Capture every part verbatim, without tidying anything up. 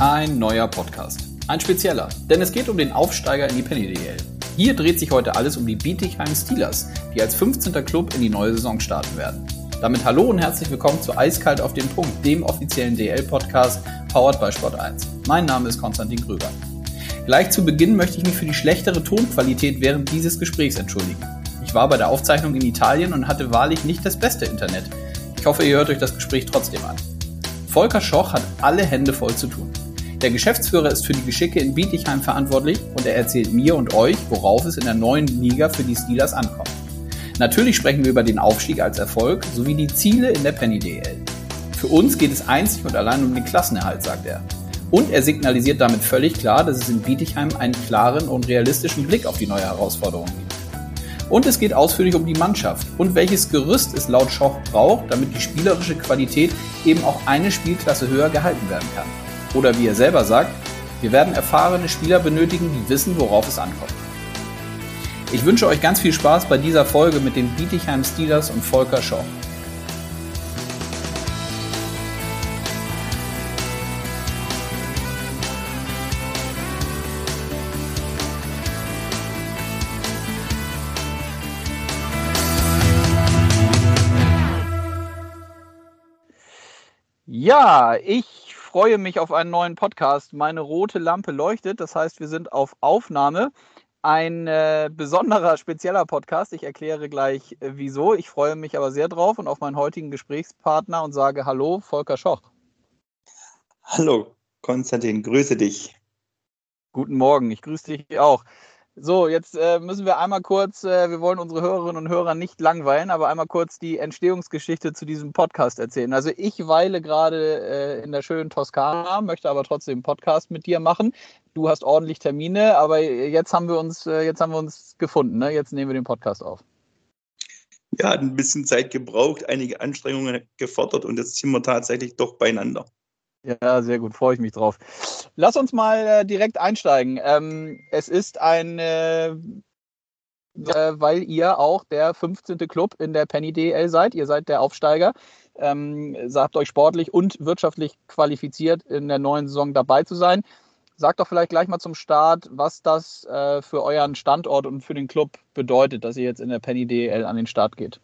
Ein neuer Podcast. Ein spezieller, denn es geht um den Aufsteiger in die Penny D L. Hier dreht sich heute alles um die Bietigheim Steelers, die als fünfzehnter Club in die neue Saison starten werden. Damit hallo und herzlich willkommen zu Eiskalt auf den Punkt, dem offiziellen D L-Podcast, powered by Sport eins. Mein Name ist Konstantin Gröber. Gleich zu Beginn möchte ich mich für die schlechtere Tonqualität während dieses Gesprächs entschuldigen. Ich war bei der Aufzeichnung in Italien und hatte wahrlich nicht das beste Internet. Ich hoffe, ihr hört euch das Gespräch trotzdem an. Volker Schoch hat alle Hände voll zu tun. Der Geschäftsführer ist für die Geschicke in Bietigheim verantwortlich und er erzählt mir und euch, worauf es in der neuen Liga für die Steelers ankommt. Natürlich sprechen wir über den Aufstieg als Erfolg sowie die Ziele in der Penny D L. Für uns geht es einzig und allein um den Klassenerhalt, sagt er. Und er signalisiert damit völlig klar, dass es in Bietigheim einen klaren und realistischen Blick auf die neue Herausforderung gibt. Und es geht ausführlich um die Mannschaft und welches Gerüst es laut Schoch braucht, damit die spielerische Qualität eben auch eine Spielklasse höher gehalten werden kann. Oder wie er selber sagt, wir werden erfahrene Spieler benötigen, die wissen, worauf es ankommt. Ich wünsche euch ganz viel Spaß bei dieser Folge mit den Bietigheim Steelers und Volker Schoch. Ja, ich freue mich auf einen neuen Podcast. Meine rote Lampe leuchtet, das heißt, wir sind auf Aufnahme. Ein äh, besonderer, spezieller Podcast. Ich erkläre gleich, äh, wieso. Ich freue mich aber sehr drauf und auf meinen heutigen Gesprächspartner und sage Hallo, Volker Schoch. Hallo, Konstantin, grüße dich. Guten Morgen, ich grüße dich auch. So, jetzt äh, müssen wir einmal kurz, äh, wir wollen unsere Hörerinnen und Hörer nicht langweilen, aber einmal kurz die Entstehungsgeschichte zu diesem Podcast erzählen. Also ich weile gerade äh, in der schönen Toskana, möchte aber trotzdem einen Podcast mit dir machen. Du hast ordentlich Termine, aber jetzt haben wir uns, äh, jetzt haben wir uns gefunden, ne? Jetzt nehmen wir den Podcast auf. Ja, hat ein bisschen Zeit gebraucht, einige Anstrengungen gefordert und jetzt sind wir tatsächlich doch beieinander. Ja, sehr gut, freue ich mich drauf. Lass uns mal äh, direkt einsteigen. Ähm, es ist ein, äh, äh, weil ihr auch der fünfzehnte Club in der Penny D L seid. Ihr seid der Aufsteiger. Ähm, habt euch sportlich und wirtschaftlich qualifiziert, in der neuen Saison dabei zu sein. Sagt doch vielleicht gleich mal zum Start, was das äh, für euren Standort und für den Club bedeutet, dass ihr jetzt in der Penny D L an den Start geht.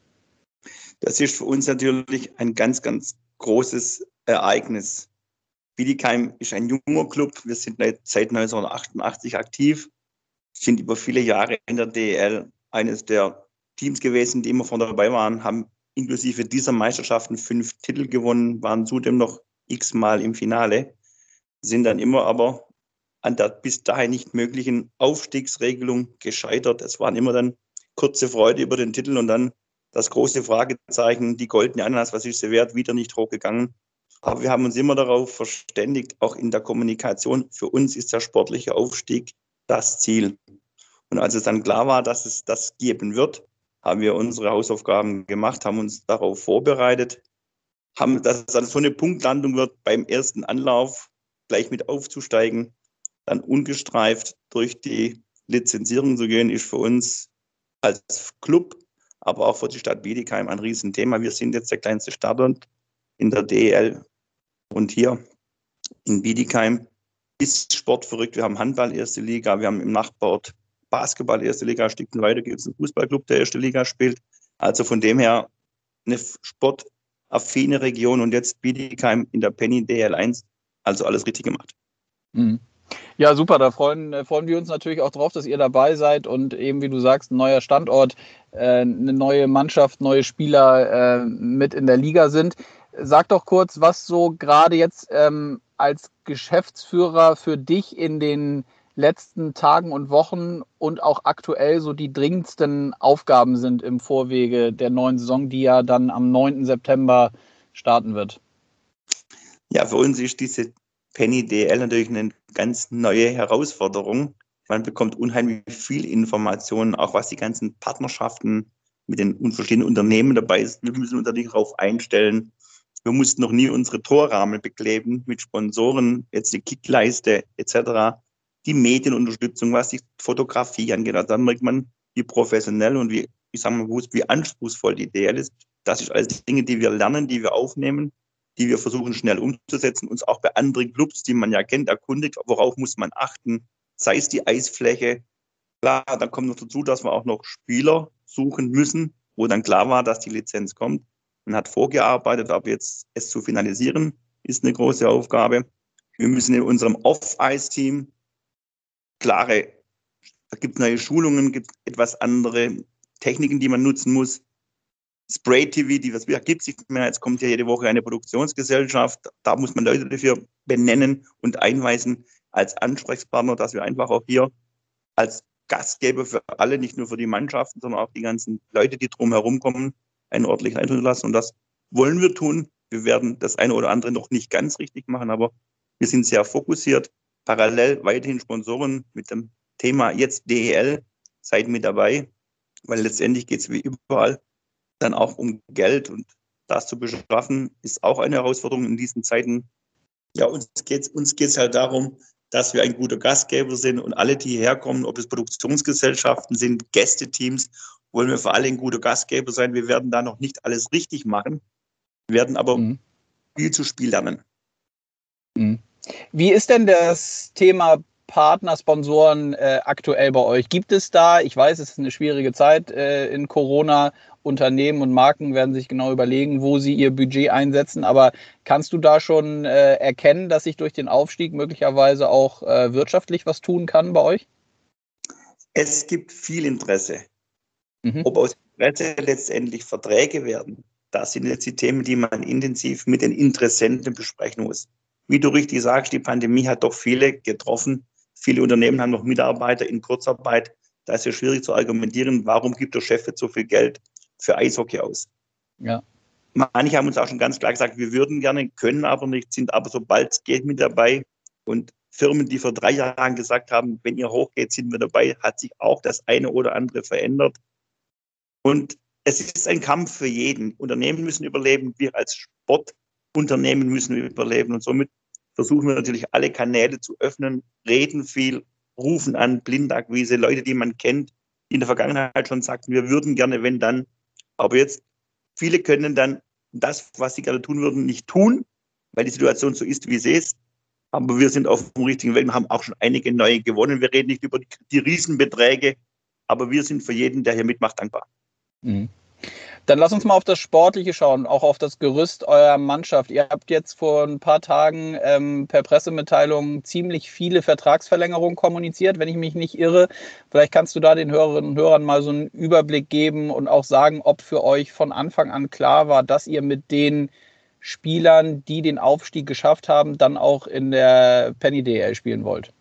Das ist für uns natürlich ein ganz, ganz großes Ereignis. Bietigheim ist ein junger Club. Wir sind seit neunzehnhundertachtundachtzig aktiv, sind über viele Jahre in der D L eines der Teams gewesen, die immer vorne dabei waren, haben inklusive dieser Meisterschaften fünf Titel gewonnen, waren zudem noch x-mal im Finale, sind dann immer aber an der bis dahin nicht möglichen Aufstiegsregelung gescheitert. Es waren immer dann kurze Freude über den Titel und dann das große Fragezeichen, die goldene Ananas, was ist sie wert, wieder nicht hochgegangen. Aber wir haben uns immer darauf verständigt, auch in der Kommunikation, für uns ist der sportliche Aufstieg das Ziel. Und als es dann klar war, dass es das geben wird, haben wir unsere Hausaufgaben gemacht, haben uns darauf vorbereitet, haben, dass es dann so eine Punktlandung wird, beim ersten Anlauf gleich mit aufzusteigen, dann ungestreift durch die Lizenzierung zu gehen, ist für uns als Club, aber auch für die Stadt Bietigheim ein Riesenthema. Wir sind jetzt der kleinste Standort in der D L. Und hier in Bietigheim ist Sport verrückt. Wir haben Handball erste Liga, wir haben im Nachbarort Basketball erste Liga, ein Stückchen weiter gibt es einen Fußballclub, der erste Liga spielt. Also von dem her eine sportaffine Region und jetzt Bietigheim in der Penny D L eins. Also alles richtig gemacht. Mhm. Ja, super, da freuen, freuen wir uns natürlich auch drauf, dass ihr dabei seid und eben, wie du sagst, ein neuer Standort, äh, eine neue Mannschaft, neue Spieler äh, mit in der Liga sind. Sag doch kurz, was so gerade jetzt ähm, als Geschäftsführer für dich in den letzten Tagen und Wochen und auch aktuell so die dringendsten Aufgaben sind im Vorwege der neuen Saison, die ja dann am neunten September starten wird. Ja, für uns ist diese Penny D L natürlich eine ganz neue Herausforderung. Man bekommt unheimlich viel Informationen, auch was die ganzen Partnerschaften mit den verschiedenen Unternehmen dabei ist. Wir müssen uns natürlich darauf einstellen. Wir mussten noch nie unsere Torrahmen bekleben mit Sponsoren, jetzt die Kickleiste et cetera. Die Medienunterstützung, was die Fotografie angeht. Also dann merkt man, wie professionell und wie, ich sag mal, wie anspruchsvoll die D L ist. Das ist alles Dinge, die wir lernen, die wir aufnehmen. die wir versuchen schnell umzusetzen, uns auch bei anderen Clubs, die man ja kennt, erkundigt, worauf muss man achten, sei es die Eisfläche. Klar, dann kommt noch dazu, dass wir auch noch Spieler suchen müssen, wo dann klar war, dass die Lizenz kommt. Man hat vorgearbeitet, aber jetzt es zu finalisieren, ist eine große Aufgabe. Wir müssen in unserem Off-Ice-Team klare, da gibt es neue Schulungen, gibt etwas andere Techniken, die man nutzen muss. Spray-T V, die was gibt es nicht mehr. Jetzt kommt ja jede Woche eine Produktionsgesellschaft. Da muss man Leute dafür benennen und einweisen als Ansprechpartner, dass wir einfach auch hier als Gastgeber für alle, nicht nur für die Mannschaften, sondern auch die ganzen Leute, die drumherum kommen, einen ordentlichen Eindruck lassen. Und das wollen wir tun. Wir werden das eine oder andere noch nicht ganz richtig machen, aber wir sind sehr fokussiert. Parallel weiterhin Sponsoren mit dem Thema jetzt D E L. Seid mit dabei, weil letztendlich geht es wie überall dann auch um Geld. Und das zu beschaffen, ist auch eine Herausforderung in diesen Zeiten. Ja, uns geht es uns geht's halt darum, dass wir ein guter Gastgeber sind und alle, die hierher kommen, ob es Produktionsgesellschaften sind, Gästeteams, wollen wir für alle ein guter Gastgeber sein. Wir werden da noch nicht alles richtig machen, wir werden aber mhm. viel zu Spiel lernen. Mhm. Wie ist denn das Thema Partner, Sponsoren äh, aktuell bei euch? Gibt es da, ich weiß, es ist eine schwierige Zeit äh, in Corona, Unternehmen und Marken werden sich genau überlegen, wo sie ihr Budget einsetzen, aber kannst du da schon äh, erkennen, dass sich durch den Aufstieg möglicherweise auch äh, wirtschaftlich was tun kann bei euch? Es gibt viel Interesse. Mhm. Ob aus Interesse letztendlich Verträge werden, das sind jetzt die Themen, die man intensiv mit den Interessenten besprechen muss. Wie du richtig sagst, die Pandemie hat doch viele getroffen. Viele Unternehmen haben noch Mitarbeiter in Kurzarbeit. Da ist ja schwierig zu argumentieren, warum gibt der Chef jetzt so viel Geld für Eishockey aus? Ja. Manche haben uns auch schon ganz klar gesagt, wir würden gerne, können aber nicht, sind aber sobald es geht mit dabei. Und Firmen, die vor drei Jahren gesagt haben, wenn ihr hochgeht, sind wir dabei, hat sich auch das eine oder andere verändert. Und es ist ein Kampf für jeden. Unternehmen müssen überleben, wir als Sportunternehmen müssen überleben. Und somit versuchen wir natürlich alle Kanäle zu öffnen, reden viel, rufen an, Blindakquise, Leute, die man kennt, die in der Vergangenheit schon sagten, wir würden gerne, wenn dann. Aber jetzt, viele können dann das, was sie gerne tun würden, nicht tun, weil die Situation so ist, wie sie ist. Aber wir sind auf dem richtigen Weg und haben auch schon einige neue gewonnen. Wir reden nicht über die, die Riesenbeträge, aber wir sind für jeden, der hier mitmacht, dankbar. Mhm. Dann lass uns mal auf das Sportliche schauen, auch auf das Gerüst eurer Mannschaft. Ihr habt jetzt vor ein paar Tagen ähm, per Pressemitteilung ziemlich viele Vertragsverlängerungen kommuniziert, wenn ich mich nicht irre. Vielleicht kannst du da den Hörerinnen und Hörern mal so einen Überblick geben und auch sagen, ob für euch von Anfang an klar war, dass ihr mit den Spielern, die den Aufstieg geschafft haben, dann auch in der Penny D L spielen wollt.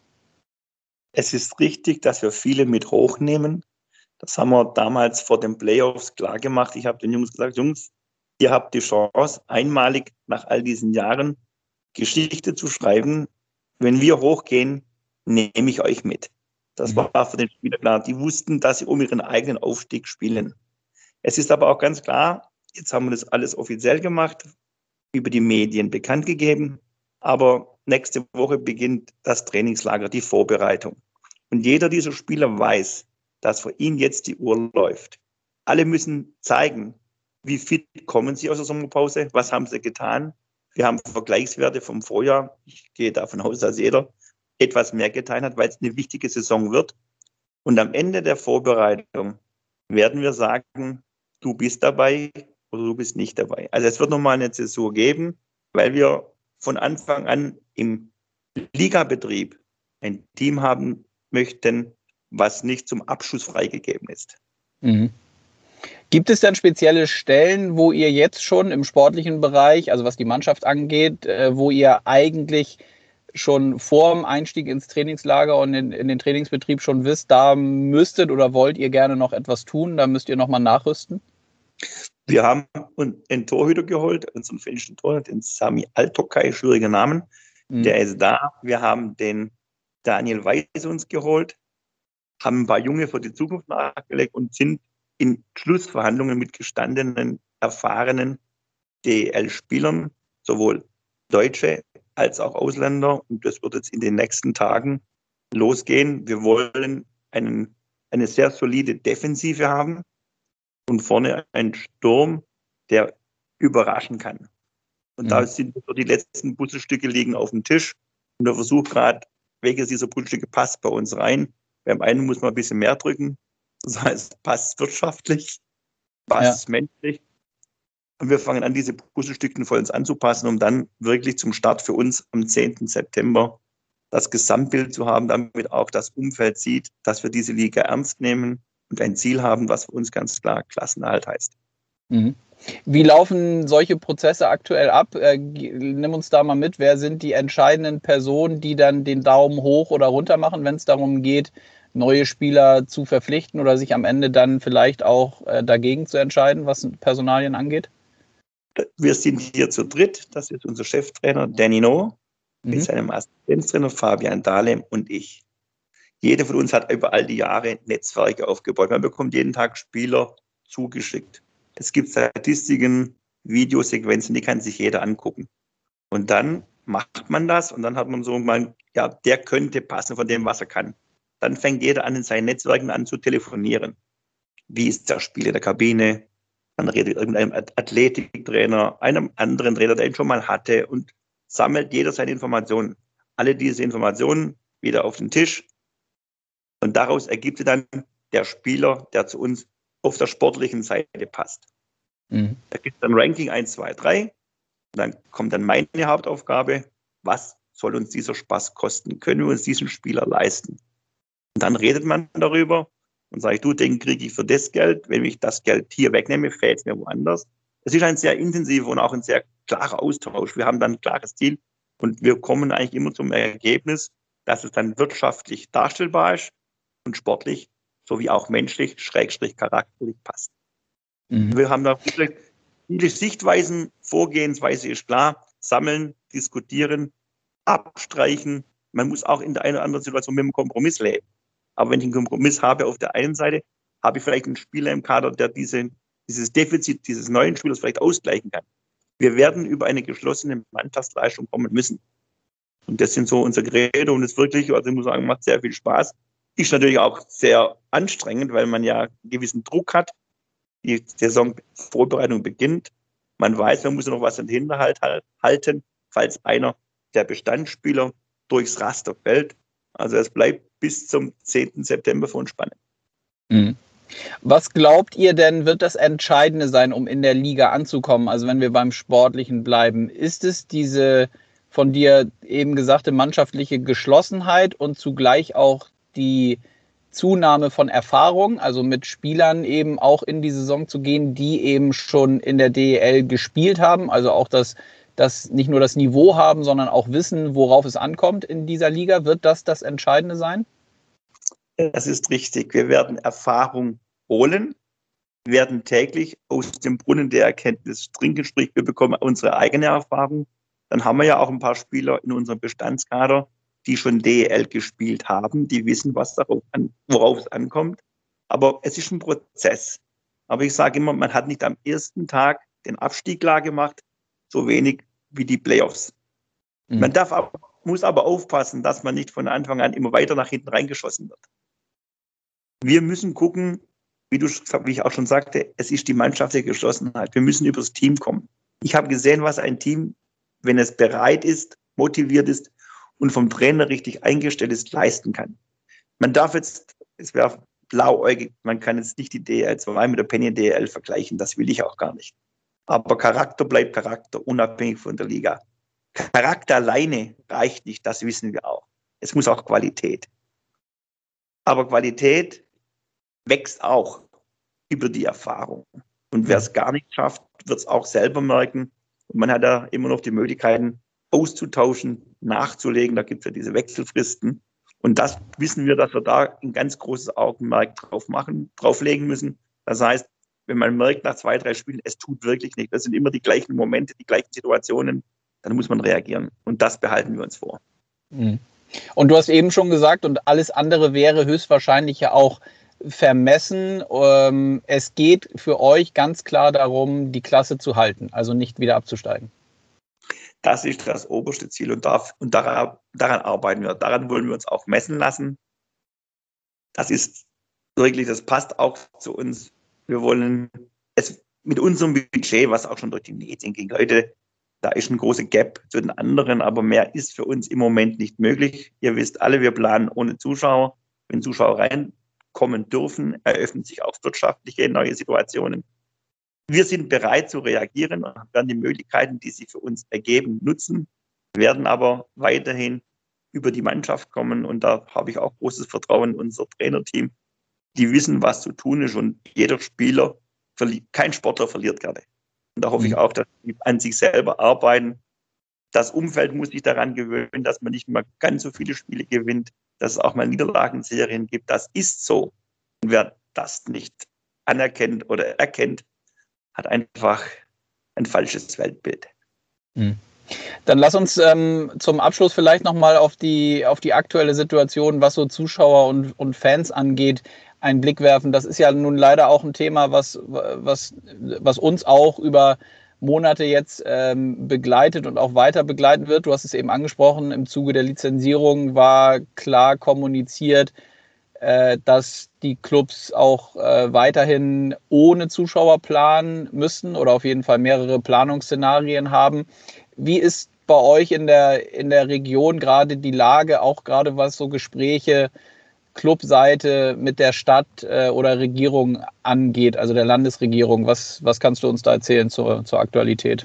Es ist richtig, dass wir viele mit hochnehmen. Das haben wir damals vor den Playoffs klar gemacht. Ich habe den Jungs gesagt, Jungs, ihr habt die Chance, einmalig nach all diesen Jahren Geschichte zu schreiben. Wenn wir hochgehen, nehme ich euch mit. Das mhm. war für den Spieler klar. Die wussten, dass sie um ihren eigenen Aufstieg spielen. Es ist aber auch ganz klar, jetzt haben wir das alles offiziell gemacht, über die Medien bekannt gegeben. Aber nächste Woche beginnt das Trainingslager, die Vorbereitung. Und jeder dieser Spieler weiß, dass für ihn jetzt die Uhr läuft. Alle müssen zeigen, wie fit kommen sie aus der Sommerpause, was haben sie getan. Wir haben Vergleichswerte vom Vorjahr. Ich gehe davon aus, dass jeder etwas mehr getan hat, weil es eine wichtige Saison wird. Und am Ende der Vorbereitung werden wir sagen, du bist dabei oder du bist nicht dabei. Also es wird nochmal eine Zäsur geben, weil wir von Anfang an im Ligabetrieb ein Team haben möchten, was nicht zum Abschuss freigegeben ist. Mhm. Gibt es denn spezielle Stellen, wo ihr jetzt schon im sportlichen Bereich, also was die Mannschaft angeht, wo ihr eigentlich schon vor dem Einstieg ins Trainingslager und in, in den Trainingsbetrieb schon wisst, da müsstet oder wollt ihr gerne noch etwas tun, da müsst ihr nochmal nachrüsten? Wir haben einen Torhüter geholt, unseren finnischen Torhüter, den Sami Altokay, schwieriger Name, mhm. der ist da. Wir haben den Daniel Weiß uns geholt, haben ein paar Junge für die Zukunft nachgelegt und sind in Schlussverhandlungen mit gestandenen, erfahrenen D E L-Spielern, sowohl Deutsche als auch Ausländer. Und das wird jetzt in den nächsten Tagen losgehen. Wir wollen einen, eine sehr solide Defensive haben und vorne einen Sturm, der überraschen kann. Und Mhm. da sind so die letzten Puzzlestücke liegen auf dem Tisch. Und der Versuch gerade, welches dieser Puzzlestücke passt bei uns rein. Beim einen muss man ein bisschen mehr drücken. Das heißt, passt wirtschaftlich, passt Ja. menschlich. Und wir fangen an, diese Puzzlestücke voll uns anzupassen, um dann wirklich zum Start für uns am zehnten September das Gesamtbild zu haben, damit auch das Umfeld sieht, dass wir diese Liga ernst nehmen und ein Ziel haben, was für uns ganz klar Klassenerhalt heißt. Mhm. Wie laufen solche Prozesse aktuell ab? Äh, nimm uns da mal mit. Wer sind die entscheidenden Personen, die dann den Daumen hoch oder runter machen, wenn es darum geht, neue Spieler zu verpflichten oder sich am Ende dann vielleicht auch äh, dagegen zu entscheiden, was Personalien angeht? Wir sind hier zu dritt. Das ist unser Cheftrainer Danny No Mhm. mit seinem Assistenztrainer Fabian Dahlem und ich. Jeder von uns hat über all die Jahre Netzwerke aufgebaut. Man bekommt jeden Tag Spieler zugeschickt. Es gibt Statistiken, Videosequenzen, die kann sich jeder angucken. Und dann macht man das und dann hat man so mal, ja, der könnte passen von dem, was er kann. Dann fängt jeder an, in seinen Netzwerken an zu telefonieren. Wie ist der Spiel in der Kabine? Dann redet irgendein Athletiktrainer, einem anderen Trainer, der ihn schon mal hatte und sammelt jeder seine Informationen. Alle diese Informationen wieder auf den Tisch und daraus ergibt sich dann der Spieler, der zu uns auf der sportlichen Seite passt. Mhm. Da gibt es dann Ranking eins, zwei, drei. Dann kommt dann meine Hauptaufgabe, was soll uns dieser Spaß kosten? Können wir uns diesen Spieler leisten? Und dann redet man darüber und sagt, du, den kriege ich für das Geld. Wenn ich das Geld hier wegnehme, fällt es mir woanders. Es ist ein sehr intensiver und auch ein sehr klarer Austausch. Wir haben dann ein klares Ziel und wir kommen eigentlich immer zum Ergebnis, dass es dann wirtschaftlich darstellbar ist und sportlich sowie auch menschlich, schrägstrich charakterlich passt. Mhm. Wir haben da viele, viele Sichtweisen, Vorgehensweise ist klar, sammeln, diskutieren, abstreichen. Man muss auch in der einen oder anderen Situation mit einem Kompromiss leben. Aber wenn ich einen Kompromiss habe auf der einen Seite, habe ich vielleicht einen Spieler im Kader, der diese, dieses Defizit dieses neuen Spielers vielleicht ausgleichen kann. Wir werden über eine geschlossene Mannschaftsleistung kommen müssen. Und das sind so unsere Geräte und es wirklich, also ich muss sagen, macht sehr viel Spaß. Ist natürlich auch sehr anstrengend, weil man ja einen gewissen Druck hat. Die Saisonvorbereitung beginnt. Man weiß, man muss noch was in den Hinterhalt halten, falls einer der Bestandsspieler durchs Raster fällt. Also es bleibt bis zum zehnten September für uns spannend. Mhm. Was glaubt ihr denn, wird das Entscheidende sein, um in der Liga anzukommen? Also wenn wir beim Sportlichen bleiben, ist es diese von dir eben gesagte mannschaftliche Geschlossenheit und zugleich auch die Zunahme von Erfahrung, also mit Spielern eben auch in die Saison zu gehen, die eben schon in der D E L gespielt haben, also auch das, das nicht nur das Niveau haben, sondern auch wissen, worauf es ankommt in dieser Liga. Wird das das Entscheidende sein? Das ist richtig. Wir werden Erfahrung holen, werden täglich aus dem Brunnen der Erkenntnis trinken, sprich wir bekommen unsere eigene Erfahrung. Dann haben wir ja auch ein paar Spieler in unserem Bestandskader, die schon D E L gespielt haben, die wissen, was darauf an, worauf es ankommt. Aber es ist ein Prozess. Aber ich sage immer, man hat nicht am ersten Tag den Abstieg klar gemacht, so wenig wie die Playoffs. Mhm. Man darf auch, muss aber aufpassen, dass man nicht von Anfang an immer weiter nach hinten reingeschossen wird. Wir müssen gucken, wie, du, wie ich auch schon sagte, es ist die mannschaftliche Geschlossenheit. Wir müssen übers Team kommen. Ich habe gesehen, was ein Team, wenn es bereit ist, motiviert ist und vom Trainer richtig eingestellt ist, leisten kann. Man darf jetzt, es wäre blauäugig, man kann jetzt nicht die D E L zwei mit der Penny D E L vergleichen, das will ich auch gar nicht. Aber Charakter bleibt Charakter, unabhängig von der Liga. Charakter alleine reicht nicht, das wissen wir auch. Es muss auch Qualität. Aber Qualität wächst auch über die Erfahrung. Und wer es gar nicht schafft, wird es auch selber merken. Und man hat da immer noch die Möglichkeiten, auszutauschen, nachzulegen. Da gibt es ja diese Wechselfristen. Und das wissen wir, dass wir da ein ganz großes Augenmerk drauf machen, drauflegen müssen. Das heißt, wenn man merkt nach zwei, drei Spielen, es tut wirklich nicht, das sind immer die gleichen Momente, die gleichen Situationen, dann muss man reagieren. Und das behalten wir uns vor. Und du hast eben schon gesagt, und alles andere wäre höchstwahrscheinlich ja auch vermessen. Es geht für euch ganz klar darum, die Klasse zu halten, also nicht wieder abzusteigen. Das ist das oberste Ziel und, darf, und daran, daran arbeiten wir. Daran wollen wir uns auch messen lassen. Das ist wirklich, das passt auch zu uns. Wir wollen es mit unserem Budget, was auch schon durch die Medien ging, Leute, Da ist ein großer Gap zu den anderen, aber mehr ist für uns im Moment nicht möglich. Ihr wisst alle, wir planen ohne Zuschauer. Wenn Zuschauer reinkommen dürfen, eröffnen sich auch wirtschaftliche neue Situationen. Wir sind bereit zu reagieren und werden die Möglichkeiten, die sich für uns ergeben, nutzen, werden aber weiterhin über die Mannschaft kommen. Und da habe ich auch großes Vertrauen in unser Trainerteam. Die wissen, was zu tun ist und jeder Spieler, kein Sportler verliert gerne. Und da hoffe ich auch, dass sie an sich selber arbeiten. Das Umfeld muss sich daran gewöhnen, dass man nicht mehr ganz so viele Spiele gewinnt, dass es auch mal Niederlagenserien gibt. Das ist so. Und wer das nicht anerkennt oder erkennt, hat einfach ein falsches Weltbild. Hm. Dann lass uns ähm, zum Abschluss vielleicht nochmal auf die, auf die aktuelle Situation, was so Zuschauer und, und Fans angeht, einen Blick werfen. Das ist ja nun leider auch ein Thema, was, was, was uns auch über Monate jetzt ähm, begleitet und auch weiter begleiten wird. Du hast es eben angesprochen, im Zuge der Lizenzierung war klar kommuniziert, äh, dass die Clubs auch äh, weiterhin ohne Zuschauer planen müssen oder auf jeden Fall mehrere Planungsszenarien haben. Wie ist bei euch in der, in der Region gerade die Lage, auch gerade was so Gespräche Clubseite mit der Stadt äh, oder Regierung angeht, also der Landesregierung? Was, was kannst du uns da erzählen zur, zur Aktualität?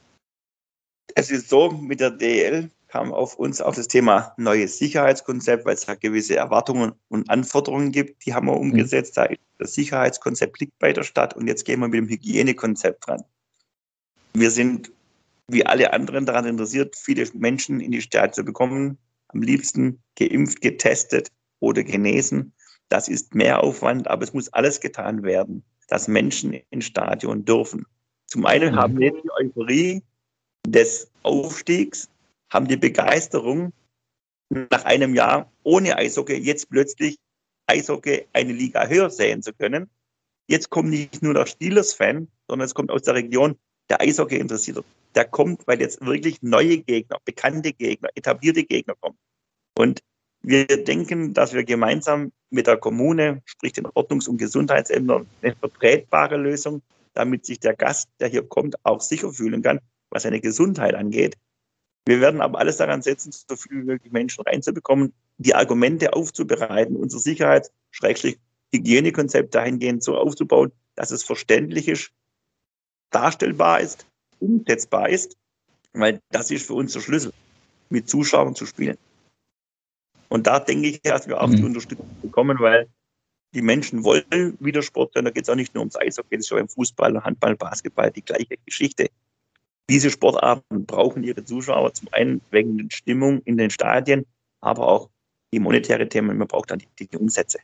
Es ist so, mit der D E L kam auf uns auch das Thema neues Sicherheitskonzept, weil es da gewisse Erwartungen und Anforderungen gibt. Die haben wir umgesetzt. Da das Sicherheitskonzept liegt bei der Stadt und jetzt gehen wir mit dem Hygienekonzept dran. Wir sind wie alle anderen daran interessiert, viele Menschen in die Stadt zu bekommen. Am liebsten geimpft, getestet oder genesen. Das ist Mehraufwand, aber es muss alles getan werden, dass Menschen ins Stadion dürfen. Zum einen mhm. haben wir die Euphorie des Aufstiegs, haben die Begeisterung, nach einem Jahr ohne Eishockey jetzt plötzlich Eishockey eine Liga höher sehen zu können. Jetzt kommt nicht nur der Steelers-Fan, sondern es kommt aus der Region der Eishockey-Interessierte. Der kommt, weil jetzt wirklich neue Gegner, bekannte Gegner, etablierte Gegner kommen. Und wir denken, dass wir gemeinsam mit der Kommune, sprich den Ordnungs- und Gesundheitsämtern, eine vertretbare Lösung, damit sich der Gast, der hier kommt, auch sicher fühlen kann, was seine Gesundheit angeht. Wir werden aber alles daran setzen, so viel wie möglich Menschen reinzubekommen, die Argumente aufzubereiten, unser Sicherheits-Hygienekonzept dahingehend so aufzubauen, dass es verständlich ist, darstellbar ist, umsetzbar ist, weil das ist für uns der Schlüssel, mit Zuschauern zu spielen. Und da denke ich, dass wir auch mhm. die Unterstützung bekommen, weil die Menschen wollen wieder Sport, da geht es auch nicht nur ums Eishockey, das ist ja im Fußball, Handball, Basketball die gleiche Geschichte. Diese Sportarten brauchen ihre Zuschauer, zum einen wegen der Stimmung in den Stadien, aber auch die monetäre Themen, man braucht dann die, die Umsätze.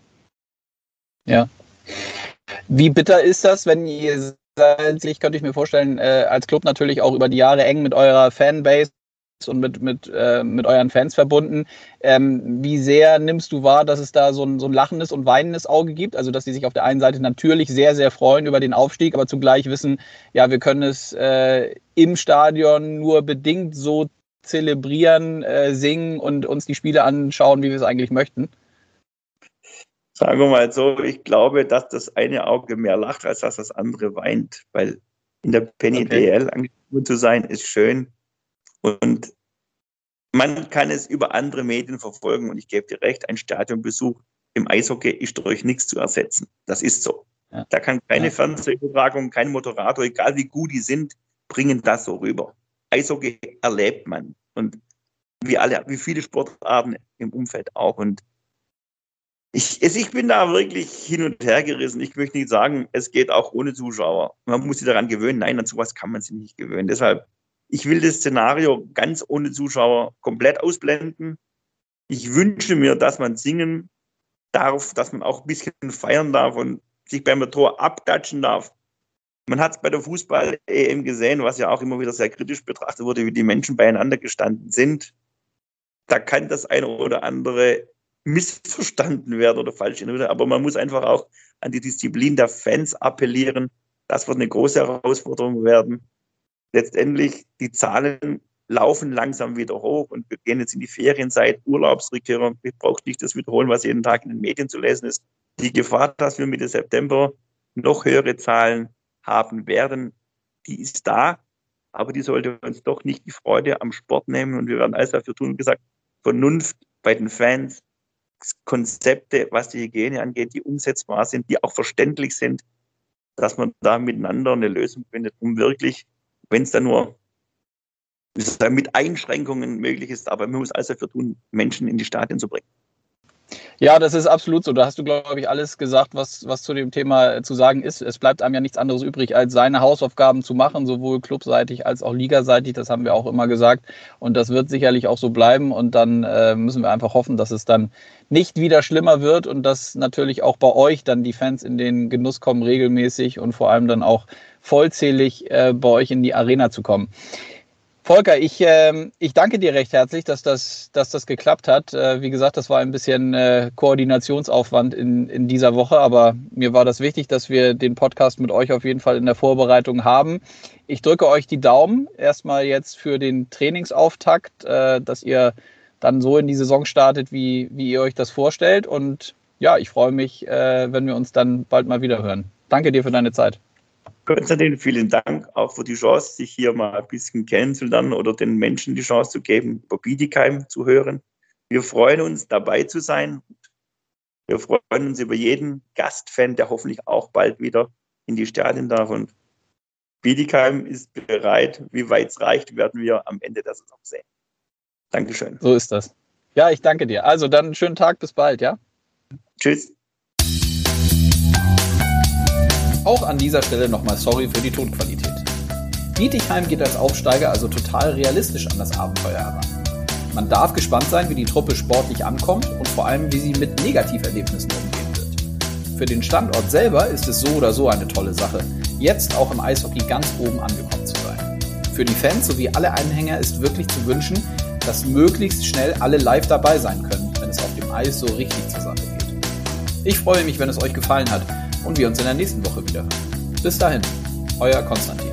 Ja. Wie bitter ist das, wenn ihr seid, könnte ich mir vorstellen, äh, als Club natürlich auch über die Jahre eng mit eurer Fanbase und mit, mit, äh, mit euren Fans verbunden. Ähm, wie sehr nimmst du wahr, dass es da so ein, so ein lachendes und weinendes Auge gibt? Also, dass sie sich auf der einen Seite natürlich sehr, sehr freuen über den Aufstieg, aber zugleich wissen, ja, wir können es äh, im Stadion nur bedingt so zelebrieren, äh, singen und uns die Spiele anschauen, wie wir es eigentlich möchten? Sagen wir mal so, ich glaube, dass das eine Auge mehr lacht, als dass das andere weint, weil in der Penny okay. D E L angekommen zu sein, ist schön. Und man kann es über andere Medien verfolgen und ich gebe dir recht, ein Stadionbesuch im Eishockey ist durch nichts zu ersetzen. Das ist so. Ja. Da kann keine ja. Fernsehübertragung, kein Moderator, egal wie gut die sind, bringen das so rüber. Eishockey erlebt man und wie alle, wie viele Sportarten im Umfeld auch. Und ich, ich bin da wirklich hin und her gerissen. Ich möchte nicht sagen, es geht auch ohne Zuschauer. Man muss sich daran gewöhnen. Nein, an sowas kann man sich nicht gewöhnen. Deshalb Ich will das Szenario ganz ohne Zuschauer komplett ausblenden. Ich wünsche mir, dass man singen darf, dass man auch ein bisschen feiern darf und sich beim Tor abklatschen darf. Man hat es bei der Fußball-E M gesehen, was ja auch immer wieder sehr kritisch betrachtet wurde, wie die Menschen beieinander gestanden sind. Da kann das eine oder andere missverstanden werden oder falsch werden. Aber man muss einfach auch an die Disziplin der Fans appellieren. Das wird eine große Herausforderung werden. Letztendlich, die Zahlen laufen langsam wieder hoch und wir gehen jetzt in die Ferienzeit, Urlaubsrückkehrer. Ich brauche nicht das wiederholen, was jeden Tag in den Medien zu lesen ist. Die Gefahr, dass wir Mitte September noch höhere Zahlen haben werden, die ist da. aber die sollte uns doch nicht die Freude am Sport nehmen. Und wir werden alles dafür tun, wie gesagt, Vernunft bei den Fans, Konzepte, was die Hygiene angeht, die umsetzbar sind, die auch verständlich sind, dass man da miteinander eine Lösung findet, um wirklich, wenn es dann nur mit Einschränkungen möglich ist, aber man muss alles dafür tun, Menschen in die Stadien zu bringen. Ja, das ist absolut so. Da hast du, glaube ich, alles gesagt, was, was zu dem Thema zu sagen ist. Es bleibt einem ja nichts anderes übrig, als seine Hausaufgaben zu machen, sowohl clubseitig als auch ligaseitig. Das haben wir auch immer gesagt. Und das wird sicherlich auch so bleiben. Und dann äh, müssen wir einfach hoffen, dass es dann nicht wieder schlimmer wird und dass natürlich auch bei euch dann die Fans in den Genuss kommen, regelmäßig und vor allem dann auch vollzählig äh, bei euch in die Arena zu kommen. Volker, ich, äh, ich danke dir recht herzlich, dass das, dass das geklappt hat. Äh, wie gesagt, das war ein bisschen äh, Koordinationsaufwand in, in dieser Woche, aber mir war das wichtig, dass wir den Podcast mit euch auf jeden Fall in der Vorbereitung haben. Ich drücke euch die Daumen erstmal jetzt für den Trainingsauftakt, äh, dass ihr dann so in die Saison startet, wie, wie ihr euch das vorstellt. Und ja, ich freue mich, äh, wenn wir uns dann bald mal wieder hören. Danke dir für deine Zeit. Konstantin, vielen Dank auch für die Chance, sich hier mal ein bisschen kennenzulernen oder den Menschen die Chance zu geben, über Bietigheim zu hören. Wir freuen uns, dabei zu sein. Wir freuen uns über jeden Gastfan, der hoffentlich auch bald wieder in die Stadien darf. Und Bietigheim ist bereit. Wie weit es reicht, werden wir am Ende der Saison sehen. Dankeschön. So ist das. Ja, ich danke dir. Also dann einen schönen Tag, bis bald, ja? Tschüss. Auch an dieser Stelle nochmal sorry für die Tonqualität. Bietigheim geht als Aufsteiger also total realistisch an das Abenteuer heran. Man darf gespannt sein, wie die Truppe sportlich ankommt und vor allem, wie sie mit Negativerlebnissen umgehen wird. Für den Standort selber ist es so oder so eine tolle Sache, jetzt auch im Eishockey ganz oben angekommen zu sein. Für die Fans sowie alle Anhänger ist wirklich zu wünschen, dass möglichst schnell alle live dabei sein können, wenn es auf dem Eis so richtig zur Sache geht. Ich freue mich, wenn es euch gefallen hat und wir uns in der nächsten Woche wieder hören. Bis dahin, euer Konstantin.